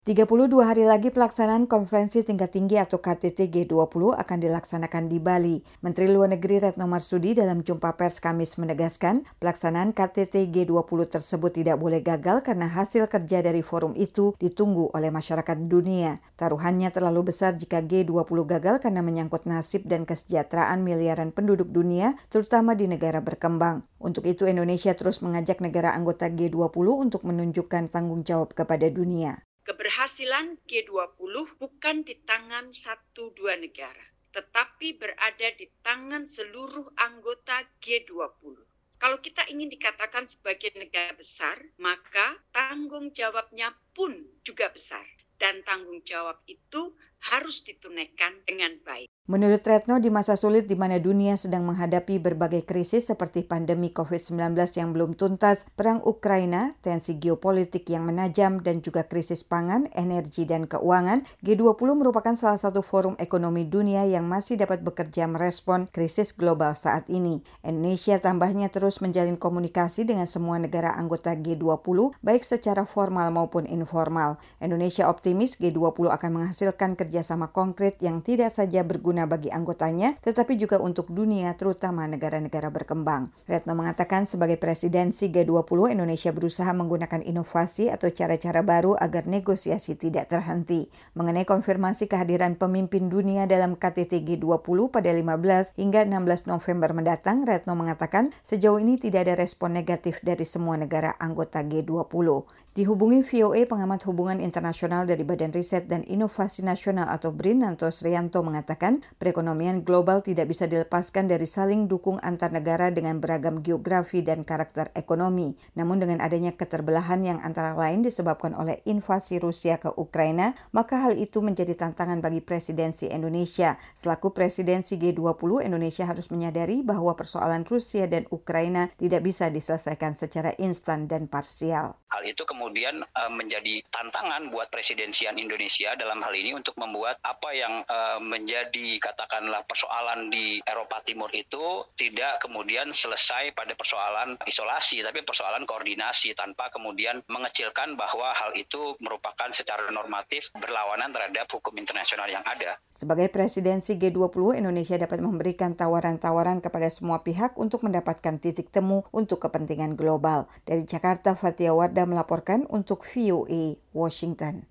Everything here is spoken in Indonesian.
32 hari lagi pelaksanaan konferensi tingkat tinggi atau KTT G20 akan dilaksanakan di Bali. Menteri Luar Negeri Retno Marsudi dalam jumpa pers Kamis menegaskan, pelaksanaan KTT G20 tersebut tidak boleh gagal karena hasil kerja dari forum itu ditunggu oleh masyarakat dunia. Taruhannya terlalu besar jika G20 gagal karena menyangkut nasib dan kesejahteraan miliaran penduduk dunia, terutama di negara berkembang. Untuk itu Indonesia terus mengajak negara anggota G20 untuk menunjukkan tanggung jawab kepada dunia. Keberhasilan G20 bukan di tangan 1-2 negara, tetapi berada di tangan seluruh anggota G20. Kalau kita ingin dikatakan sebagai negara besar, maka tanggung jawabnya pun juga besar. Dan tanggung jawab itu harus ditunaikan dengan baik. Menurut Retno, di masa sulit di mana dunia sedang menghadapi berbagai krisis seperti pandemi COVID-19 yang belum tuntas, perang Ukraina, tensi geopolitik yang menajam, dan juga krisis pangan, energi, dan keuangan, G20 merupakan salah satu forum ekonomi dunia yang masih dapat bekerja merespon krisis global saat ini. Indonesia tambahnya terus menjalin komunikasi dengan semua negara anggota G20, baik secara formal maupun informal. Indonesia optimis G20 akan menghasilkan kerjasama konkret yang tidak saja berguna bagi anggotanya, tetapi juga untuk dunia, terutama negara-negara berkembang. Retno mengatakan sebagai presidensi G20, Indonesia berusaha menggunakan inovasi atau cara-cara baru agar negosiasi tidak terhenti. Mengenai konfirmasi kehadiran pemimpin dunia dalam KTT G20 pada 15 hingga 16 November mendatang, Retno mengatakan sejauh ini tidak ada respon negatif dari semua negara anggota G20. Dihubungi VOA, pengamat hubungan internasional dari Badan Riset dan Inovasi Nasional atau BRIN, Nanto Srianto mengatakan perekonomian global tidak bisa dilepaskan dari saling dukung antar negara dengan beragam geografi dan karakter ekonomi. Namun dengan adanya keterbelahan yang antara lain disebabkan oleh invasi Rusia ke Ukraina, maka hal itu menjadi tantangan bagi presidensi Indonesia. Selaku presidensi G20, Indonesia harus menyadari bahwa persoalan Rusia dan Ukraina tidak bisa diselesaikan secara instan dan parsial. Hal itu kemudian menjadi tantangan buat presidensian Indonesia dalam hal ini untuk membuat apa yang menjadi katakanlah persoalan di Eropa Timur itu tidak kemudian selesai pada persoalan isolasi, tapi persoalan koordinasi tanpa kemudian mengecilkan bahwa hal itu merupakan secara normatif berlawanan terhadap hukum internasional yang ada. Sebagai presidensi G20, Indonesia dapat memberikan tawaran-tawaran kepada semua pihak untuk mendapatkan titik temu untuk kepentingan global. Dari Jakarta, Fatia Wardah melaporkan untuk VOA Washington.